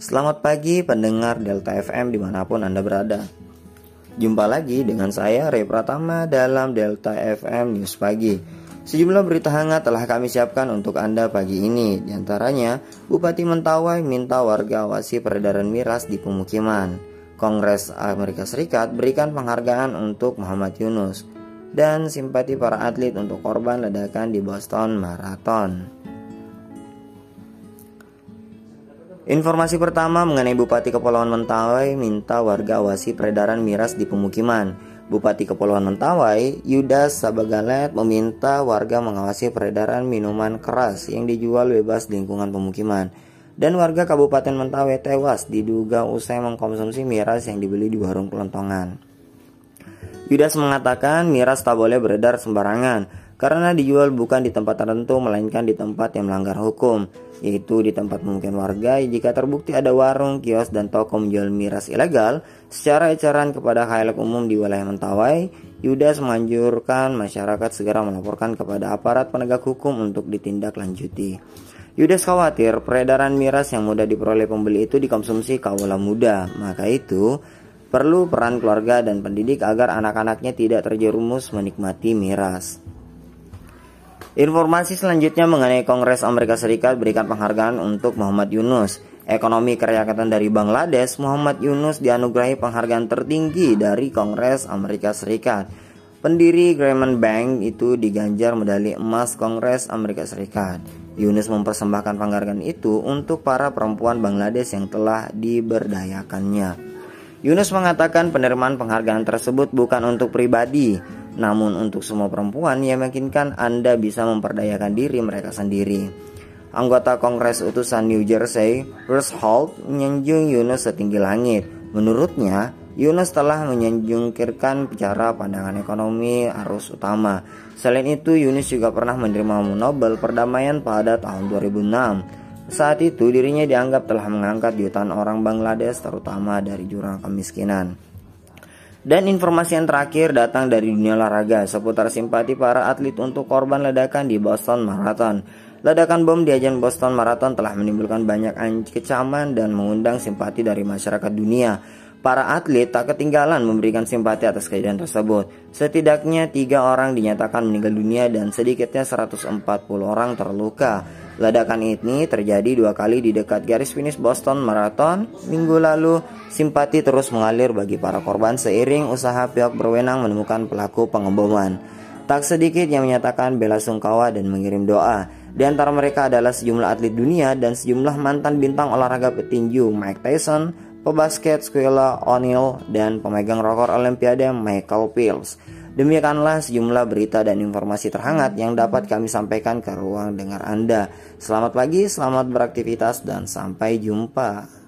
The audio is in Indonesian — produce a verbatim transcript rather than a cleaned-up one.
Selamat pagi pendengar Delta F M dimanapun Anda berada. Jumpa lagi dengan saya Ray Pratama dalam Delta F M News Pagi. Sejumlah berita hangat telah kami siapkan untuk Anda pagi ini. Di antaranya, Bupati Mentawai minta warga awasi peredaran miras di pemukiman. Kongres Amerika Serikat berikan penghargaan untuk Muhammad Yunus. Dan simpati para atlet untuk korban ledakan di Boston Marathon. Informasi pertama mengenai Bupati Kepulauan Mentawai minta warga awasi peredaran miras di pemukiman. Bupati Kepulauan Mentawai, Yudas Sabagalet, meminta warga mengawasi peredaran minuman keras yang dijual bebas di lingkungan pemukiman. Dan warga Kabupaten Mentawai tewas diduga usai mengkonsumsi miras yang dibeli di warung kelontongan. Yudas mengatakan miras tak boleh beredar sembarangan karena dijual bukan di tempat tertentu melainkan di tempat yang melanggar hukum, yaitu di tempat pemukiman warga. Jika terbukti ada warung, kios, dan toko menjual miras ilegal secara eceran kepada khalayak umum di wilayah Mentawai, Yudas menganjurkan masyarakat segera melaporkan kepada aparat penegak hukum untuk ditindaklanjuti. Yudas khawatir peredaran miras yang mudah diperoleh pembeli itu dikonsumsi kaula muda, maka itu perlu peran keluarga dan pendidik agar anak-anaknya tidak terjerumus menikmati miras. Informasi selanjutnya mengenai Kongres Amerika Serikat berikan penghargaan untuk Muhammad Yunus. Ekonomi kerakyatan dari Bangladesh, Muhammad Yunus dianugerahi penghargaan tertinggi dari Kongres Amerika Serikat. Pendiri Grameen Bank itu diganjar medali emas Kongres Amerika Serikat. Yunus mempersembahkan penghargaan itu untuk para perempuan Bangladesh yang telah diberdayakannya. Yunus mengatakan penerimaan penghargaan tersebut bukan untuk pribadi, namun untuk semua perempuan yang meyakinkan Anda bisa memperdayakan diri mereka sendiri. Anggota Kongres Utusan New Jersey, Russ Holt, menyanjung Yunus setinggi langit. Menurutnya, Yunus telah menyanjungkirkan cara pandangan ekonomi arus utama. Selain itu, Yunus juga pernah menerima Nobel Perdamaian pada tahun dua ribu enam. Saat itu dirinya dianggap telah mengangkat jutaan orang Bangladesh terutama dari jurang kemiskinan. Dan informasi yang terakhir datang dari dunia olahraga seputar simpati para atlet untuk korban ledakan di Boston Marathon. Ledakan bom di ajang Boston Marathon telah menimbulkan banyak kecaman dan mengundang simpati dari masyarakat dunia. Para atlet tak ketinggalan memberikan simpati atas kejadian tersebut. Setidaknya tiga orang dinyatakan meninggal dunia dan sedikitnya seratus empat puluh orang terluka. Ledakan ini terjadi dua kali di dekat garis finish Boston Marathon minggu lalu. Simpati terus mengalir bagi para korban seiring usaha pihak berwenang menemukan pelaku pengeboman. Tak sedikit yang menyatakan bela sungkawa dan mengirim doa. Di antara mereka adalah sejumlah atlet dunia dan sejumlah mantan bintang olahraga petinju Mike Tyson, pebasket Shaquille O'Neal, dan pemegang rekor Olimpiade Michael Phelps. Demikianlah sejumlah berita dan informasi terhangat yang dapat kami sampaikan ke ruang dengar Anda. Selamat pagi, selamat beraktivitas, dan sampai jumpa.